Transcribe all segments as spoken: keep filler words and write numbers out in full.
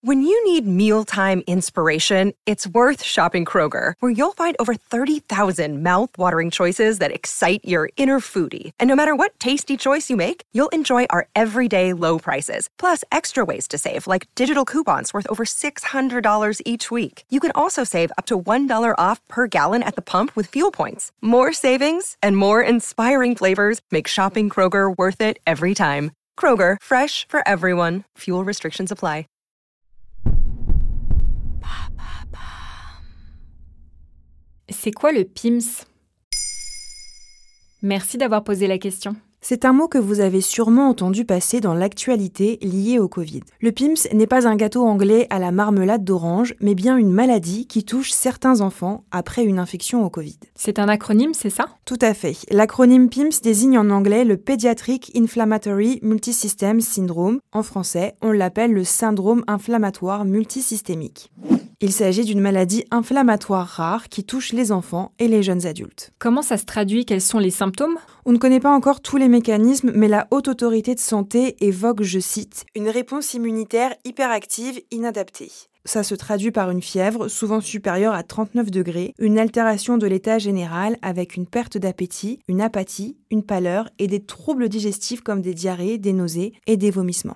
When you need mealtime inspiration, it's worth shopping Kroger, where you'll find over thirty thousand mouth-watering choices that excite your inner foodie. And no matter what tasty choice you make, you'll enjoy our everyday low prices, plus extra ways to save, like digital coupons worth over six hundred dollars each week. You can also save up to one dollar off per gallon at the pump with fuel points. More savings and more inspiring flavors make shopping Kroger worth it every time. Kroger, fresh for everyone. Fuel restrictions apply. C'est quoi le P I M S ? Merci d'avoir posé la question. C'est un mot que vous avez sûrement entendu passer dans l'actualité liée au Covid. Le P I M S n'est pas un gâteau anglais à la marmelade d'orange, mais bien une maladie qui touche certains enfants après une infection au Covid. C'est un acronyme, c'est ça ? Tout à fait. L'acronyme P I M S désigne en anglais le Pediatric Inflammatory Multisystem Syndrome. En français, on l'appelle le syndrome inflammatoire multisystémique. Il s'agit d'une maladie inflammatoire rare qui touche les enfants et les jeunes adultes. Comment ça se traduit ? Quels sont les symptômes ? On ne connaît pas encore tous les mécanismes, mais la Haute Autorité de Santé évoque, je cite, « une réponse immunitaire hyperactive inadaptée ». Ça se traduit par une fièvre, souvent supérieure à trente-neuf degrés, une altération de l'état général avec une perte d'appétit, une apathie, une pâleur et des troubles digestifs comme des diarrhées, des nausées et des vomissements.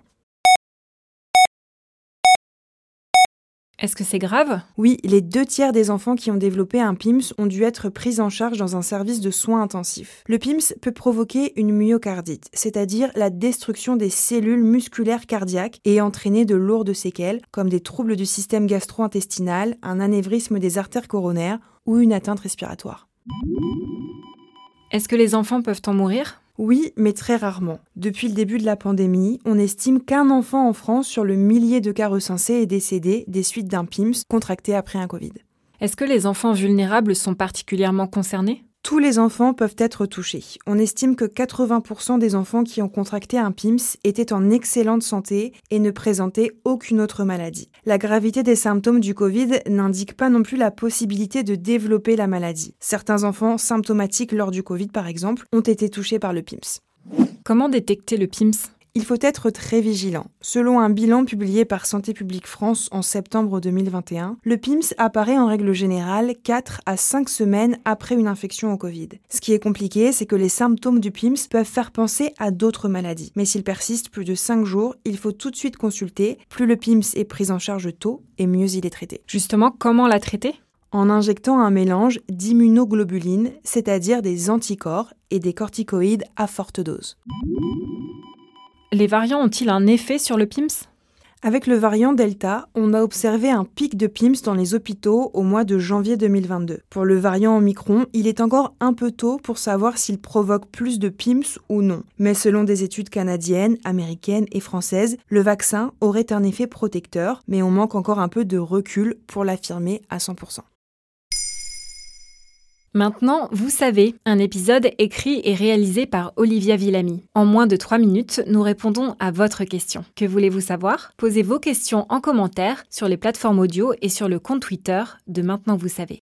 Est-ce que c'est grave ? Oui, les deux tiers des enfants qui ont développé un P I M S ont dû être pris en charge dans un service de soins intensifs. Le P I M S peut provoquer une myocardite, c'est-à-dire la destruction des cellules musculaires cardiaques et entraîner de lourdes séquelles, comme des troubles du système gastro-intestinal, un anévrisme des artères coronaires ou une atteinte respiratoire. Est-ce que les enfants peuvent en mourir ? Oui, mais très rarement. Depuis le début de la pandémie, on estime qu'un enfant en France sur le millier de cas recensés est décédé des suites d'un P I M S contracté après un Covid. Est-ce que les enfants vulnérables sont particulièrement concernés ? Tous les enfants peuvent être touchés. On estime que quatre-vingts pour cent des enfants qui ont contracté un P I M S étaient en excellente santé et ne présentaient aucune autre maladie. La gravité des symptômes du Covid n'indique pas non plus la possibilité de développer la maladie. Certains enfants symptomatiques lors du Covid, par exemple, ont été touchés par le P I M S. Comment détecter le P I M S ? Il faut être très vigilant. Selon un bilan publié par Santé publique France en septembre deux mille vingt et un, le P I M S apparaît en règle générale quatre à cinq semaines après une infection au Covid. Ce qui est compliqué, c'est que les symptômes du P I M S peuvent faire penser à d'autres maladies. Mais s'il persiste plus de cinq jours, il faut tout de suite consulter. Plus le P I M S est pris en charge tôt, et mieux il est traité. Justement, comment la traiter ? En injectant un mélange d'immunoglobulines, c'est-à-dire des anticorps et des corticoïdes à forte dose. Les variants ont-ils un effet sur le P I M S ? Avec le variant Delta, on a observé un pic de P I M S dans les hôpitaux au mois de janvier deux mille vingt-deux. Pour le variant Omicron, il est encore un peu tôt pour savoir s'il provoque plus de P I M S ou non. Mais selon des études canadiennes, américaines et françaises, le vaccin aurait un effet protecteur, mais on manque encore un peu de recul pour l'affirmer à cent pour cent. Maintenant, vous savez, un épisode écrit et réalisé par Olivia Villamy. En moins de trois minutes, nous répondons à votre question. Que voulez-vous savoir ? Posez vos questions en commentaire sur les plateformes audio et sur le compte Twitter de Maintenant Vous Savez.